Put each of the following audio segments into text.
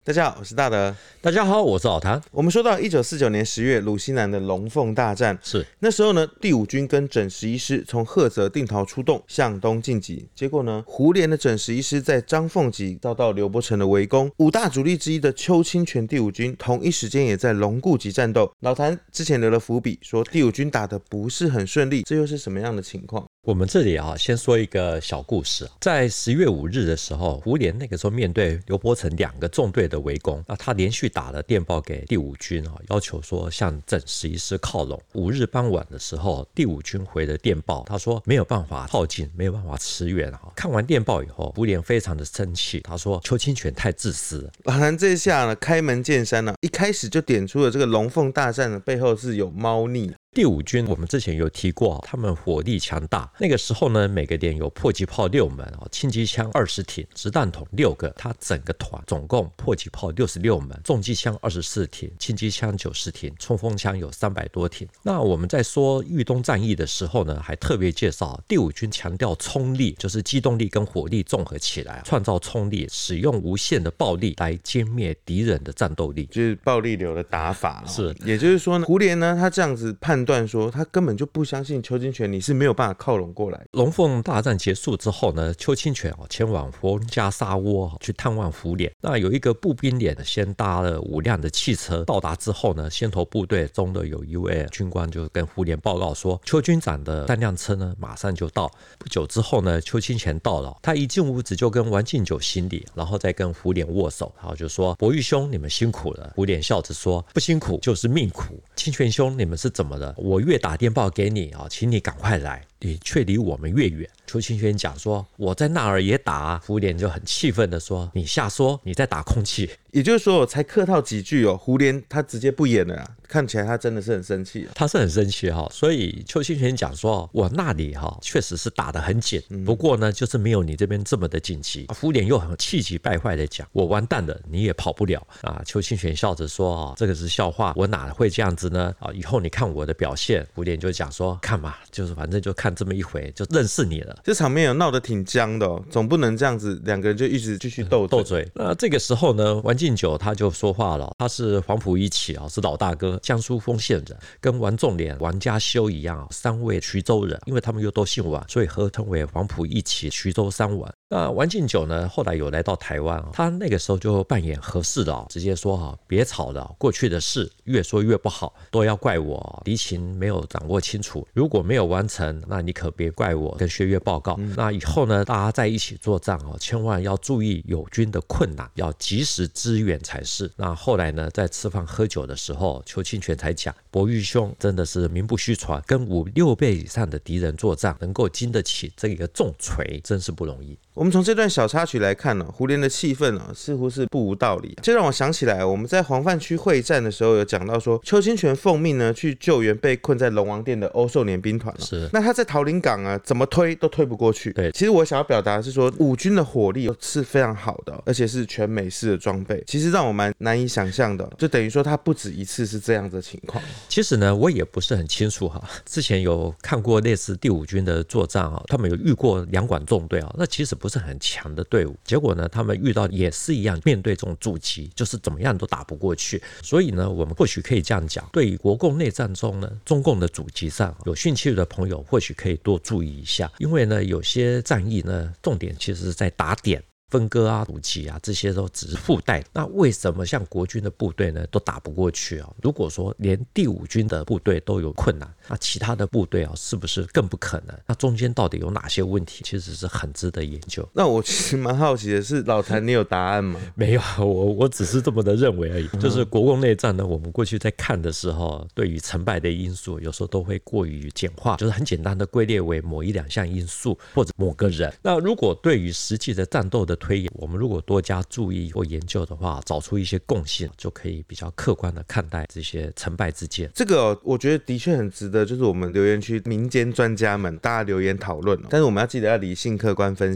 大家好，我是大德。 大家好，我是老谭。 我们说到1949年10月鲁西南的龙凤大战， 是那时候呢，第五军跟整11师从赫泽定陶出动，向东进击。结果呢，胡琏的整11师在张凤集遭到刘伯承的围攻，五大主力之一的邱清泉第五军同一时间也在龙固集战斗。老谭之前留了伏笔，说第五军打得不是很顺利，这又是什么样的情况？ 我们这里先说一个小故事。在10月5日的时候，胡琏那个时候面对刘伯承2个纵队的围攻，那他连续打了电报给第五军，要求说向整11师靠拢。5日傍晚的时候，第五军回了电报，他说没有办法靠近，没有办法驰援。看完电报以后，胡琏非常的生气，他说邱清泉太自私了。 老谭这一下呢，开门见山了，一开始就点出了这个龙凤大战的背后是有猫腻。 第五军我们之前有提过，他们火力强大。那个时候呢，每个连有迫击炮6门，轻机枪20挺，子弹筒6个。他整个团总共迫击炮66门，重机枪24挺，轻机枪90挺，冲锋枪有300多挺。那我们在说豫东战役的时候呢，还特别介绍第五军强调冲力，就是机动力跟火力综合起来，创造冲力，使用无限的暴力来歼灭敌人的战斗力， 就是暴力流的打法。 是， 也就是说呢，胡琏呢，他这样子判断说，他根本就不相信邱清泉你是没有办法靠拢过来。 龙凤大战结束之后呢，邱清泉前往佛家沙窝去探望胡琏。那有一个步兵连先搭了5辆的汽车到达之后呢，先头部队中的有一位军官就跟胡琏报告说，邱军长的3辆车呢马上就到。不久之后呢，邱清泉到了，他一进屋子就跟王敬久行礼，然后再跟胡琏握手，然后就说伯玉兄你们辛苦了。胡琏笑着说，不辛苦就是命苦。清泉兄你们是怎么了？我越打电报给你，请你赶快来，你却离我们越远。邱清泉讲说，我在那儿也打。胡琏就很气愤的说，你瞎说，你在打空气。 也就是说，我才客套几句胡琏他直接不演了啦，看起来他真的是很生气。 他是很生气所以邱清泉讲说，我那里确实是打得很紧，不过呢就是没有你这边这么的紧急。胡琏又很气急败坏的讲，我完蛋了，你也跑不了邱清泉笑着说，这个是笑话，我哪会这样子呢以后你看我的表现。胡琏就讲说，看嘛，就是反正就看这么一回，就认识你了。 这场面有闹得挺僵的总不能这样子2个人就一直继续斗嘴。 那这个时候呢，王敬久他就说话了，他是黄埔一期是老大哥，江苏丰县人，跟王仲廉、王家修一样3位徐州人，因为他们又都姓王，所以合称为黄埔一期徐州3王。那王敬久呢，后来有来到台湾他那个时候就扮演和事佬，直接说别吵了，过去的事越说越不好，都要怪我敌情没有掌握清楚，如果没有完成，那你可别怪我，跟薛岳报告。那以后呢，大家在一起作战千万要注意友军的困难，要及时支援才是。那后来呢，在吃饭喝酒的时候，邱清泉才讲，伯玉兄真的是名不虚传，跟5、6倍以上的敌人作战，能够经得起这个重锤，真是不容易。 我们从这段小插曲来看胡琏的气愤似乎是不无道理。这让我想起来，我们在黄泛区会战的时候有讲到说，邱清泉奉命呢去救援被困在龙王殿的欧寿年兵团是， 那他在桃林港怎么推都推不过去。 对， 其实我想要表达的是说，五军的火力是非常好的，而且是全美式的装备，其实让我蛮难以想象的，就等于说他不止一次是这样的情况。 其实呢，我也不是很清楚之前有看过类似第五军的作战他们有遇过两广纵队那其实不是很强的队伍，结果呢他们遇到也是一样，面对这种阻击就是怎么样都打不过去。所以呢，我们或许可以这样讲，对于国共内战中呢，中共的阻击上有兴趣的朋友或许可以多注意一下，因为呢有些战役呢重点其实是在打点，分割阻击这些都只是附带。那为什么像国军的部队呢都打不过去如果说连第五军的部队都有困难，那其他的部队是不是更不可能？那中间到底有哪些问题，其实是很值得研究。 那我其实蛮好奇的是，老谭你有答案吗？ 没有，我只是这么的认为而已。就是国共内战呢，我们过去在看的时候，对于成败的因素有时候都会过于简化，就是很简单的归列为某1、2项因素或者某个人。那如果对于实际的战斗的推演，我们如果多加注意或研究的话，找出一些共性，就可以比较客观的看待这些成败之间。 这个我觉得的确很值得，就是我们留言区民间专家们大家留言讨论但是我们要记得要理性客观分析啦。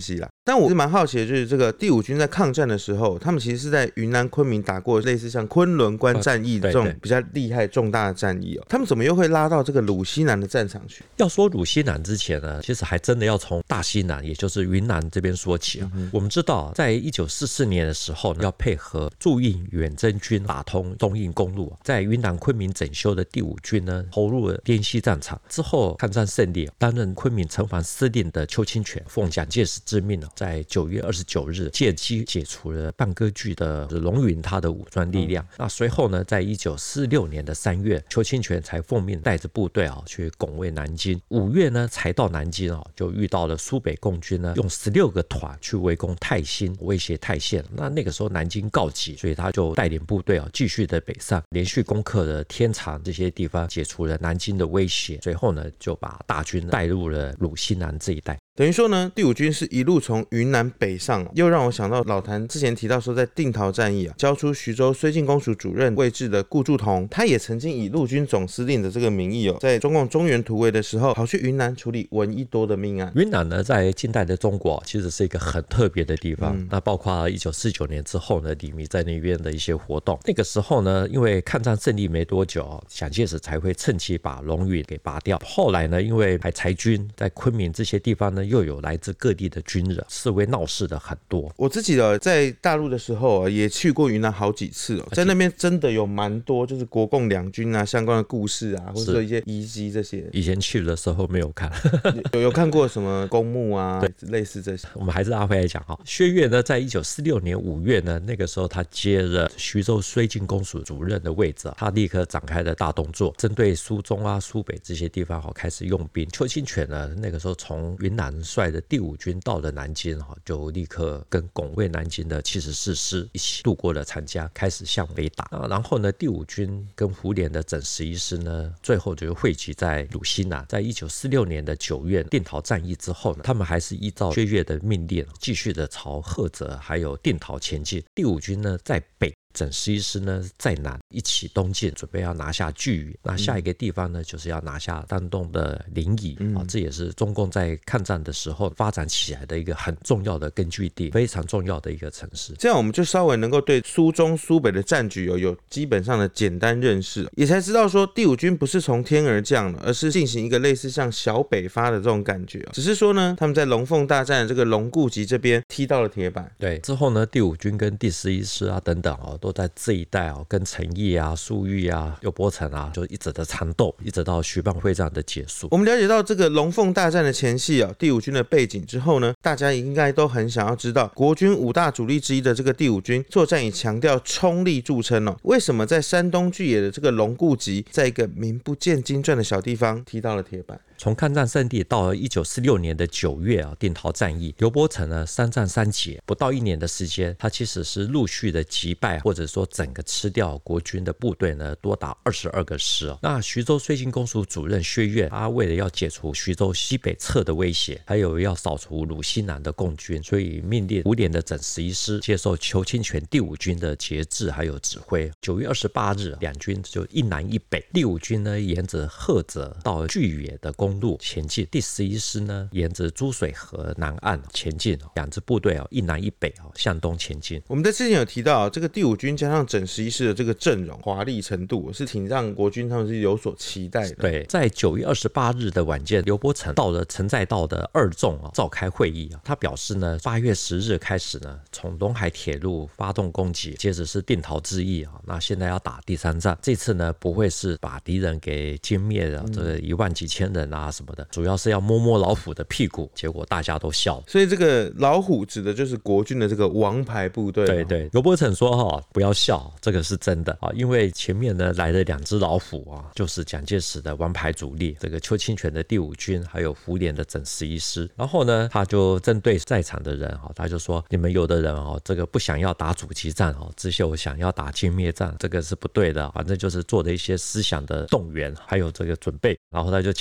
那我是蛮好奇的，就是这个第五军在抗战的时候，他们其实是在云南昆明打过类似像昆仑关战役这种比较厉害重大的战役他们怎么又会拉到这个鲁西南的战场去？ 要说鲁西南之前呢，其实还真的要从大西南，也就是云南这边说起我们知道，在1944年的时候呢，要配合驻印远征军打通东印公路，在云南昆明整修的第五军呢，投入了滇西战场。之后抗战胜利，担任昆明城防司令的邱清泉，奉蒋介石之命在9月29日借机解除了半割据的龙云他的武装力量。那随后呢，在1946年的3月，邱清泉才奉命带着部队去拱卫南京。5月呢，才到南京就遇到了苏北共军呢，用16个团去围攻泰兴，威胁泰县。那个时候南京告急，所以他就带领部队继续的北上，连续攻克了天长这些地方，解除了南京的威胁。随后呢，就把大军带入了鲁西南这一带。 等于说呢，第五军是一路从云南北上又让我想到老谭之前提到说，在定陶战役交出徐州绥靖公署主任位置的顾祝同，他也曾经以陆军总司令的这个名义在中共中原突围的时候，跑去云南处理闻一多的命案。 云南呢，在近代的中国其实是一个很特别的地方。那包括1949年之后呢，李弥在那边的一些活动。那个时候呢，因为抗战胜利没多久，蒋介石才会趁机把龙云给拔掉。后来呢，因为还裁军，在昆明这些地方呢，又有来自各地的军人，示威闹事的很多。 我自己在大陆的时候也去过云南好几次在那边真的有蛮多就是国共两军相关的故事或者一些遗迹这些。 以前去的时候没有看有看过什么公墓类似这些。 我们还是拉回来讲薛岳呢，在1946年5月呢，那个时候他接了徐州绥靖公署主任的位置，他立刻展开了大动作，针对苏中苏北这些地方开始用兵。邱清泉呢，那个时候从云南率的第五军到了南京就立刻跟拱卫南京的74师一起渡过了长江，开始向北打。然后呢，第五军跟胡琏的整11师呢，最后就汇集在鲁西南。在1946年的9月定陶战役之后呢，他们还是依照薛岳的命令继续的朝菏泽还有定陶前进。第五军呢，在北，整11师呢在南，一起东进，准备要拿下巨源。那下一个地方呢，就是要拿下丹东的临沂这也是中共在抗战的时候发展起来的一个很重要的根据地，非常重要的一个城市。 这样我们就稍微能够对苏中苏北的战局有基本上的简单认识，也才知道说第五军不是从天而降而是进行一个类似像小北伐的这种感觉只是说呢，他们在龙凤大战的这个龙固集这边踢到了铁板。 对，之后呢，第五军跟第11师等等都在这一带跟陈毅粟裕刘伯承就一直的缠斗，一直到徐蚌会战的结束。 我们了解到这个龙凤大战的前夕第五军的背景之后呢，大家应该都很想要知道国军5大主力之一的这个第五军作战以强调冲力著称为什么在山东巨野的这个龙固集，在一个名不见经传的小地方踢到了铁板？ 从抗战胜利到1946年的9月定陶战役，刘伯承呢3战3捷，不到1年的时间，他其实是陆续的击败或者说整个吃掉国军的部队呢多达22个师那徐州绥靖公署主任薛岳，他为了要解除徐州西北侧的威胁，还有要扫除鲁西南的共军，所以命令胡琏的整11师接受邱清泉第五军的节制还有指挥。9月28日，两军就一南一北，第五军呢沿着菏泽到巨野的公路前进，第11师呢沿着珠水河南岸前进，两支部队一南一北向东前进。 我们在之前有提到这个第五军加上整11师的这个阵容华丽程度是挺让国军他们是有所期待的。 对，在9月28日的晚间，刘伯承到了陈再道的2纵召开会议他表示呢，8月10日开始呢，从东海铁路发动攻击，接着是定陶之役那现在要打第3战，这次呢不会是把敌人给歼灭了这个1万几千人什么的，主要是要摸摸老虎的屁股，结果大家都笑了。 所以这个老虎指的就是国军的这个王牌部队。 对对，刘伯承说不要笑，这个是真的因为前面呢来了2只老虎就是蒋介石的王牌主力，这个邱清泉的第五军还有胡琏的整11师。然后呢，他就针对在场的人他就说，你们有的人这个不想要打阻击战只有想要打歼灭战，这个是不对的，反正就是做的一些思想的动员还有这个准备。然后他就强调说，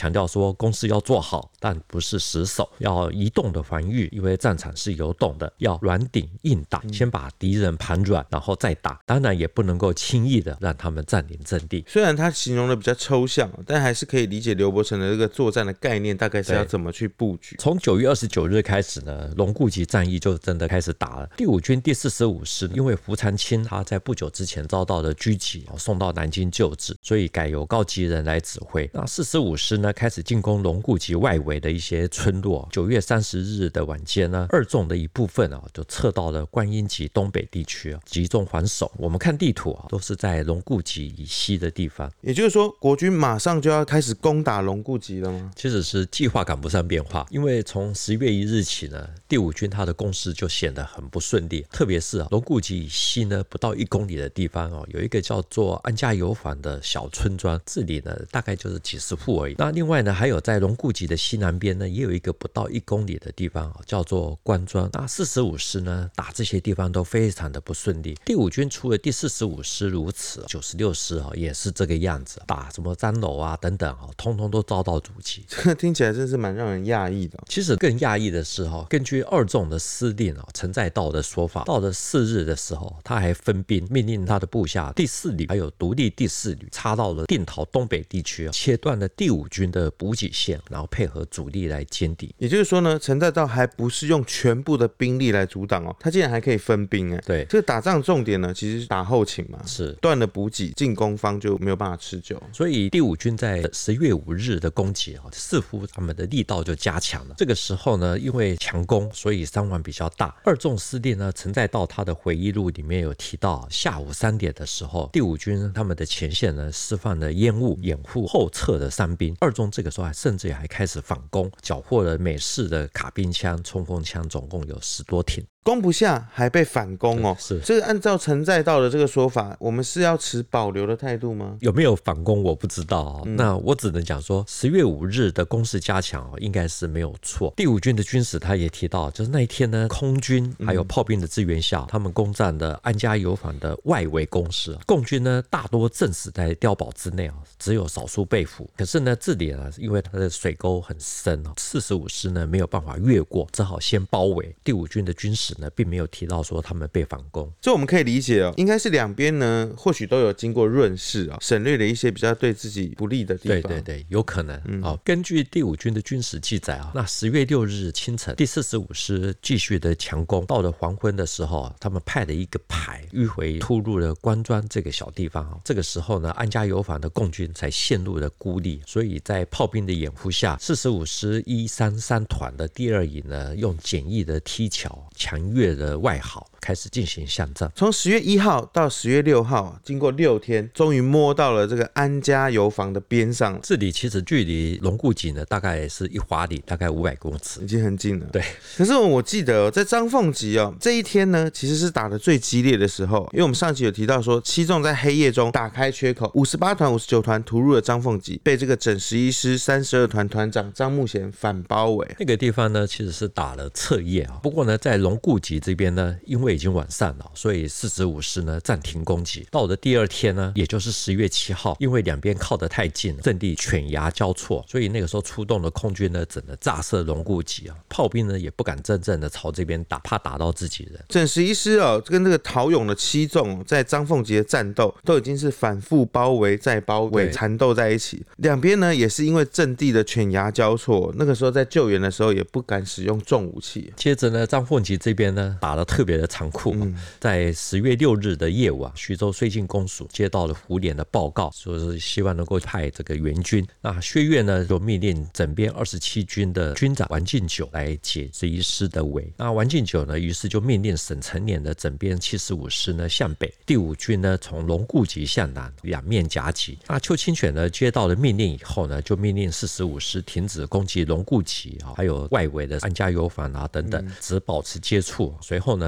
说攻势要做好，但不是死守，要移动的防御，因为战场是游动的，要软顶硬打，先把敌人盘软，然后再打。当然也不能够轻易的让他们占领阵地。 虽然他形容的比较抽象，但还是可以理解刘伯承的这个作战的概念大概是要怎么去布局。 从9月29日开始呢，龙顾集战役就真的开始打了。第5军第45师因为胡长清他在不久之前遭到了狙击，送到南京救治，所以改由高吉人来指挥。那45师呢开始进攻龙顾集外围的一些村落。9月30日的晚间呢，二纵的一部分就撤到了观音集东北地区集中还手。我们看地图都是在龙顾集以西的地方。 也就是说，国军马上就要开始攻打龙顾集了吗？ 其实是计划赶不上变化，因为从10月1日起呢，第5军它的攻势就显得很不顺利，特别是龙顾集以西呢不到1公里的地方有一个叫做安家油坊的小村庄，这里呢大概就是几十户而已。那另外呢，还有在龙顾集的西南边呢，也有一个不到1公里的地方叫做关庄。那45师呢打这些地方都非常的不顺利。第5军除了第45师如此，96师也是这个样子，打什么张楼啊等等通通都遭到阻击。 这个听起来真是蛮让人讶异的。 其实更讶异的是根据二纵的司令陈再道的说法，到了4日的时候，他还分兵命令他的部下第4旅还有独立第4旅插到了定陶东北地区，切断了第5军的补给线，然后配合主力来歼敌。 也就是说呢，陈再道还不是用全部的兵力来阻挡他竟然还可以分兵对， 这个打仗重点呢，其实是打后勤嘛， 是断了补给，进攻方就没有办法持久。 所以第5军在10月5日的攻击似乎他们的力道就加强了。这个时候呢，因为强攻，所以伤亡比较大。二纵司令呢陈再道他的回忆录里面有提到，下午3点的时候，第5军他们的前线呢释放了烟雾掩护后撤的伤兵。二纵这个时候甚至还开始反攻，缴获了美式的卡宾枪、冲锋枪，总共有10多挺。 攻不下还被反攻是这个按照陈再道的这个说法，我们是要持保留的态度吗？ 有没有反攻我不知道那我只能讲说10月5日的攻势加强应该是没有错。第5军的军史他也提到，就是那一天呢，空军还有炮兵的支援下，他们攻占了安家油坊的外围工事。共军呢大多阵死在碉堡之内只有少数被俘。可是呢，这里呢因为它的水沟很深45师呢没有办法越过，只好先包围。第5军的军史并没有提到说他们被反攻， 这我们可以理解应该是两边呢或许都有经过润饰省略了一些比较对自己不利的地方。 对，有可能根据第5军的军史记载那10月6日清晨，第45师继续的强攻，到了黄昏的时候，他们派了一个排迂回突入了关庄这个小地方这个时候呢，安家油坊的共军才陷入了孤立，所以在炮兵的掩护下，45师133团的第2营呢，用简易的踢桥强越了外壕，开始进行巷战。 从10月1号到10月6号，经过6天，终于摸到了这个安家油坊的边上。 这里其实距离龙顾集呢，大概是1华里，大概500公尺， 已经很近了。 对。 可是我记得在张凤集这一天呢，其实是打得最激烈的时候，因为我们上期有提到说，七纵在黑夜中打开缺口，58团、59团突入了张凤集，被这个整11师32团团长张慕贤反包围。 那个地方呢，其实是打了彻夜不过呢，在龙顾集这边呢，因为已经晚上了，所以45师呢暂停攻击。到了第2天呢，也就是10月7号，因为两边靠得太近，阵地犬牙交错，所以那个时候出动的空军呢，整个炸射龙顾集炮兵呢也不敢真正的朝这边打，怕打到自己人。 整11师跟这个陶勇的七纵在张凤集的战斗都已经是反复包围再包围，缠斗在一起。两边呢也是因为阵地的犬牙交错，那个时候在救援的时候也不敢使用重武器。 接着呢，张凤集这边呢打得特别的残酷在10月6日的夜晚，徐州绥靖公署接到了胡琏的报告，说是希望能够派这个援军。那薛岳呢就命令整编27军的军长王敬久来解11师的围。那王敬久呢，于是就命令沈承年的整编75师呢向北，第5军呢从龙顾集向南，两面夹击。那邱清泉呢接到了命令以后呢，就命令45师停止攻击龙顾集还有外围的安家油坊等等，只保持接触。随后呢，他们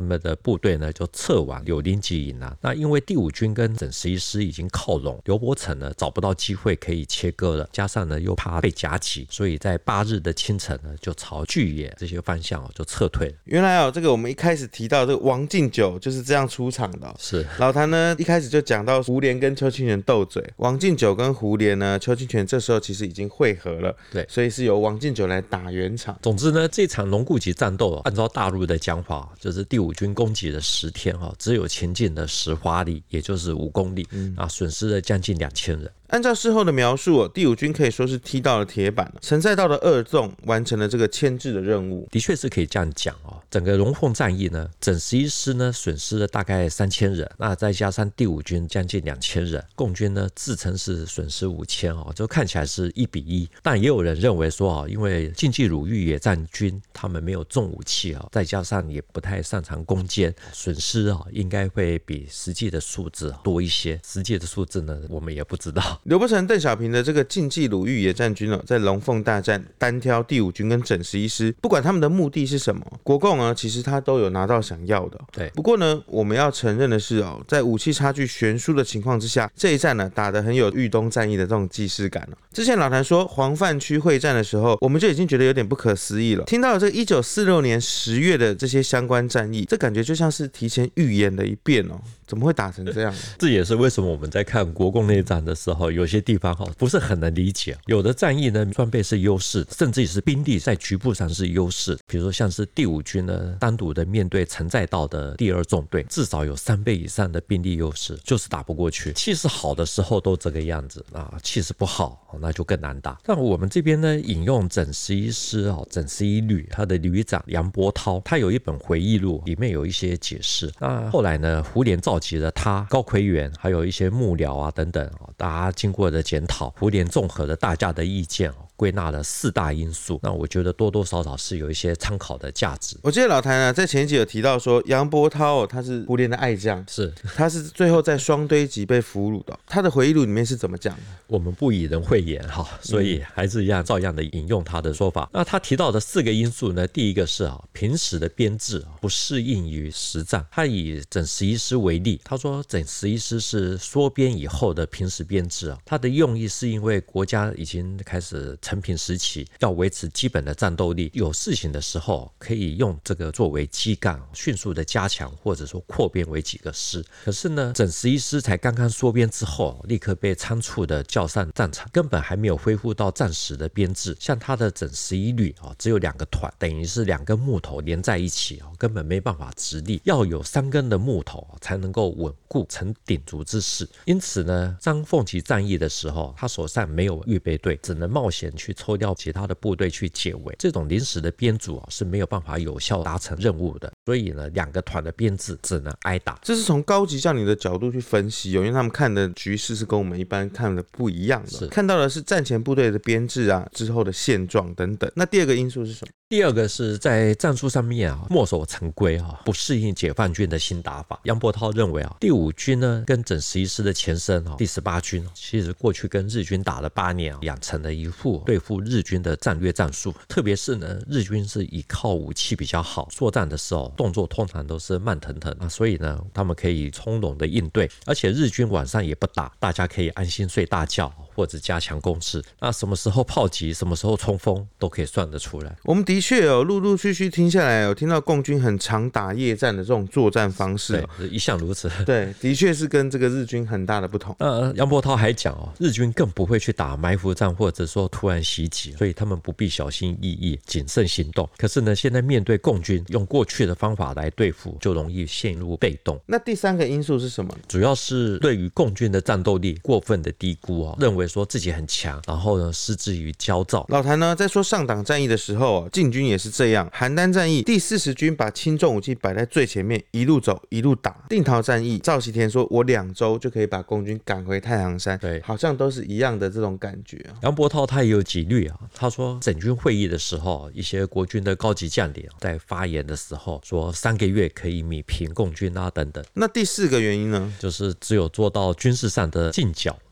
们的部队呢就撤往柳林集营那因为第五军跟整11师已经靠拢，刘伯承呢找不到机会可以切割了，加上呢又怕被夹击，所以在8日的清晨呢就朝巨野这些方向就撤退了。 原来这个我们一开始提到这个王敬久就是这样出场的是老谭呢一开始就讲到胡琏跟邱清泉斗嘴，王敬久跟胡琏呢，邱清泉这时候其实已经会合了， 对， 所以是由王敬久来打圆场。 总之呢，这场龙固级战斗按照大陆的讲法，就是第五军攻击了10天只有前进了10华里，也就是5公里，损失了将近2000人。 按照事后的描述第五军可以说是踢到了铁板陈赛道的2纵完成了这个牵制的任务。 的确是可以这样讲整个龙凤战役呢，整11师呢损失了大概3000人，那再加上第五军将近2000人，共军呢自称是损失5000就看起来是1比1。但也有人认为说因为晋冀鲁豫野战军他们没有重武器再加上也不太擅长攻坚，损失应该会比实际的数字多一些。实际的数字呢，我们也不知道。 刘伯承、邓小平的这个晋冀鲁豫野战军在龙凤大战单挑第五军跟整11师，不管他们的目的是什么，国共其实他都有拿到想要的。 对， 不过呢，我们要承认的是在武器差距悬殊的情况之下，这一战打得很有豫东战役的这种既视感之前老谭说黄泛区会战的时候，我们就已经觉得有点不可思议了。听到了这个1946年10月的这些相关战役，这感觉就像是提前预演了一遍怎么会打成这样？ 这也是为什么我们在看国共内战的时候，有些地方不是很能理解。有的战役呢，装备是优势，甚至也是兵力在局部上是优势。比如说像是第五军呢，单独的面对陈赛道的第2纵队，至少有3倍以上的兵力优势，就是打不过去。气势好的时候都这个样子气势不好那就更难打。但我们这边呢，引用整11师整11旅他的旅长杨伯涛，他有一本回忆录，里面有一些解释。那后来呢，胡琏召集了他、高魁元还有一些幕僚等等大家经过的检讨，胡琏综合了大家的意见归纳了4大因素，那我觉得多多少少是有一些参考的价值。 我记得老谭在前一集有提到说杨伯涛他是胡琏的爱将， 是他是最后在双堆集被俘虏的。他的回忆录里面是怎么讲的？ 我们不以人讳言所以还是一样照样的引用他的说法。那他提到的4个因素呢，第一个是平时的编制不适应于实战。他以整11师为例，他说整11师是缩编以后的平时编制他的用意是因为国家已经开始承平时期，要维持基本的战斗力，有事情的时候可以用这个作为基干，迅速的加强或者说扩编为几个师。可是呢，整11师才刚刚缩编之后，立刻被仓促的叫上战场，根本还没有恢复到战时的编制。像他的整11旅只有2个团，等于是2根木头连在一起根本没办法直立，要有3根的木头才能够稳固成鼎足之势。因此呢，张凤岐战役的时候，他手上没有预备队，只能冒险去抽调其他的部队去解围。这种临时的编组是没有办法有效达成任务的，所以呢，2个团的编制只能挨打。 这是从高级将领的角度去分析因为他们看的局势是跟我们一般看的不一样的，看到的是战前部队的编制之后的现状等等。那第2个因素是什么？ 第2个是在战术上面墨守成规不适应解放军的新打法。杨伯涛认为第五军呢跟整11师的前身第18军其实过去跟日军打了8年养成了一副对付日军的战略战术，特别是呢日军是依靠武器比较好，作战的时候动作通常都是慢腾腾所以呢他们可以从容的应对，而且日军晚上也不打，大家可以安心睡大觉或者加强攻势。那什么时候炮击，什么时候冲锋都可以算得出来。 我们的确陆陆续续听下来有听到共军很常打夜战的这种作战方式对，一向如此。 对，的确是跟这个日军很大的不同。 杨伯涛还讲日军更不会去打埋伏战或者说突然袭击，所以他们不必小心翼翼谨慎行动。可是呢，现在面对共军用过去的方法来对付，就容易陷入被动。 那第3个因素是什么？ 主要是对于共军的战斗力过分的低估认为说自己很强，然后呢失之于焦躁。 老谭呢在说上党战役的时候晋军也是这样。邯郸战役第40军把轻重武器摆在最前面，一路走一路打。定陶战役赵锡天说我2周就可以把共军赶回太行山， 对， 好像都是一样的这种感觉杨伯涛他也有几率他说整军会议的时候，一些国军的高级将领在发言的时候说3个月可以米平共军等等。 那第4个原因呢， 就是只有做到军事上的近剿，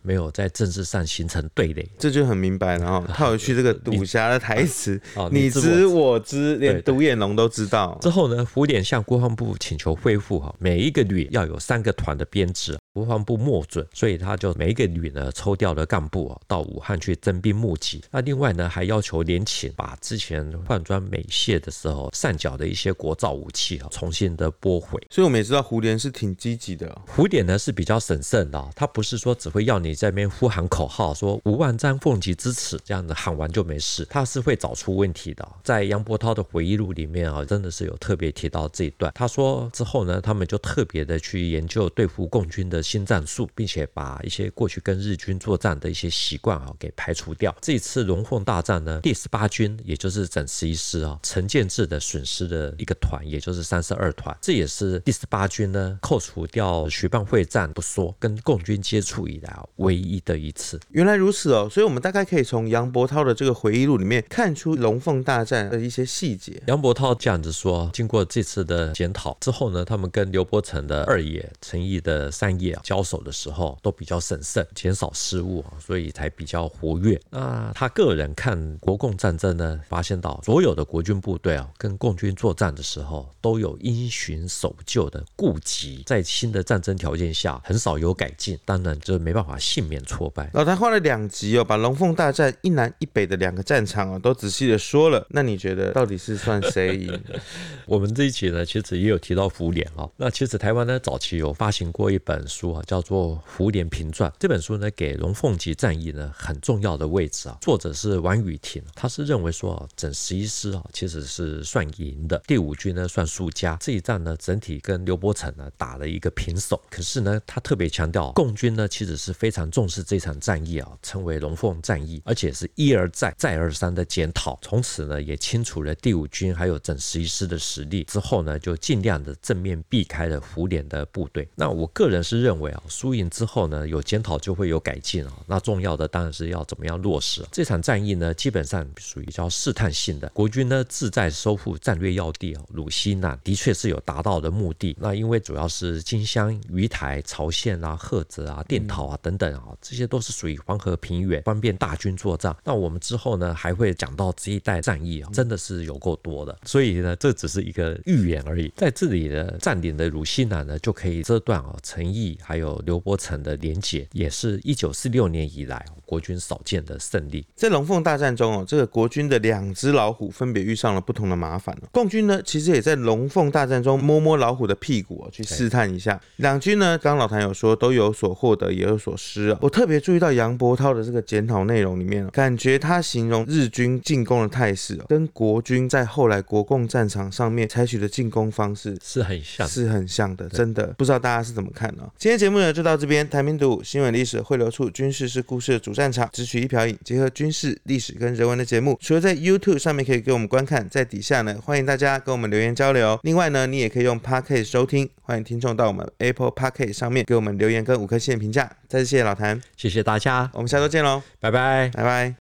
没有在政治上形成对垒。 这就很明白了哦，套回去这个赌侠的台词，你知知我知，连独眼龙都知道。 之后呢，胡琏向国防部请求恢复每一个旅要有3个团的编制，国防部默准，所以他就每一个旅呢抽调了干部到武汉去征兵募集。那另外呢，还要求联勤把之前换装美械的时候散缴的一些国造武器重新的拨回。 所以我们也知道胡琏是挺积极的。 胡琏呢是比较审慎的，他不是说只会要你在那边呼喊口号说5万张凤旗支持这样的喊完就没事，他是会找出问题的。在杨伯涛的回忆录里面真的是有特别提到这一段。他说之后呢，他们就特别的去研究对付共军的新战术，并且把一些过去跟日军作战的一些习惯给排除掉。这一次龙凤大战呢，第18军也就是整11师陈建制的损失的一个团，也就是32团，这也是第18军呢扣除掉徐蚌会战不说，跟共军接触以来唯一的一次。 原来如此哦，所以我们大概可以从杨伯涛的这个回忆录里面看出龙凤大战的一些细节。 杨伯涛这样子说，经过这次的检讨之后呢，他们跟刘伯承的2野、陈毅的3野交手的时候都比较审慎，减少失误，所以才比较活跃。那他个人看国共战争呢，发现到所有的国军部队跟共军作战的时候都有因循守旧的顾忌，在新的战争条件下很少有改进，当然就没办法幸免挫败。 老谭花了2集把龙凤大战一南一北的2个战场都仔细的说了，那你觉得到底是算谁赢？ 我们这一集呢，其实也有提到胡琏那其实台湾呢早期有发行过一本书叫做《胡琏评传》，这本书呢给龙凤级战役呢很重要的位置作者是王雨婷，他是认为说整11师其实是算赢的，第5军呢算输家，这一战呢整体跟刘伯承呢打了一个平手。可是呢他特别强调共军呢其实是非常重视这场战役称为龙凤战役，而且是一而再再而三的检讨，从此呢也清除了第5军还有整11师的实力，之后呢就尽量的正面避开了胡琏的部队。那我个人是认为输赢之后呢有检讨就会有改进那重要的当然是要怎么样落实这场战役呢基本上属于叫试探性的，国军呢志在收复战略要地鲁西南，的确是有达到的目的。那因为主要是金乡、鱼台、曹县菏泽电桃等等这些都是属于黄河平原，方便大军作战。那我们之后呢还会讲到这一代战役真的是有够多的，所以呢这只是一个预言而已。在这里的占领的鲁西南呢就可以遮断陈毅还有刘伯承的连结，也是1946年以来国军少见的胜利。 在龙凤大战中这个国军的2只老虎分别遇上了不同的麻烦共军呢其实也在龙凤大战中摸摸老虎的屁股去试探一下。2军呢刚刚老谭有说都有所获得也有所失我特别注意到杨伯涛的这个检讨内容里面感觉他形容日军进攻的态势跟国军在后来国共战场上面采取的进攻方式是很像的，真的不知道大家是怎么看今天节目呢就到这边，台民读新闻历史汇流处，军事是故事的主战场，只取一瓢饮，结合军事历史跟人文的节目，除了在 YouTube 上面可以给我们观看，在底下呢欢迎大家跟我们留言交流。另外呢你也可以用 Podcast 收听，欢迎听众到我们 Apple Podcast 上面给我们留言跟5颗星的评价。再次谢谢老谭， 谢谢大家， 我们下周见咯， 拜拜拜拜。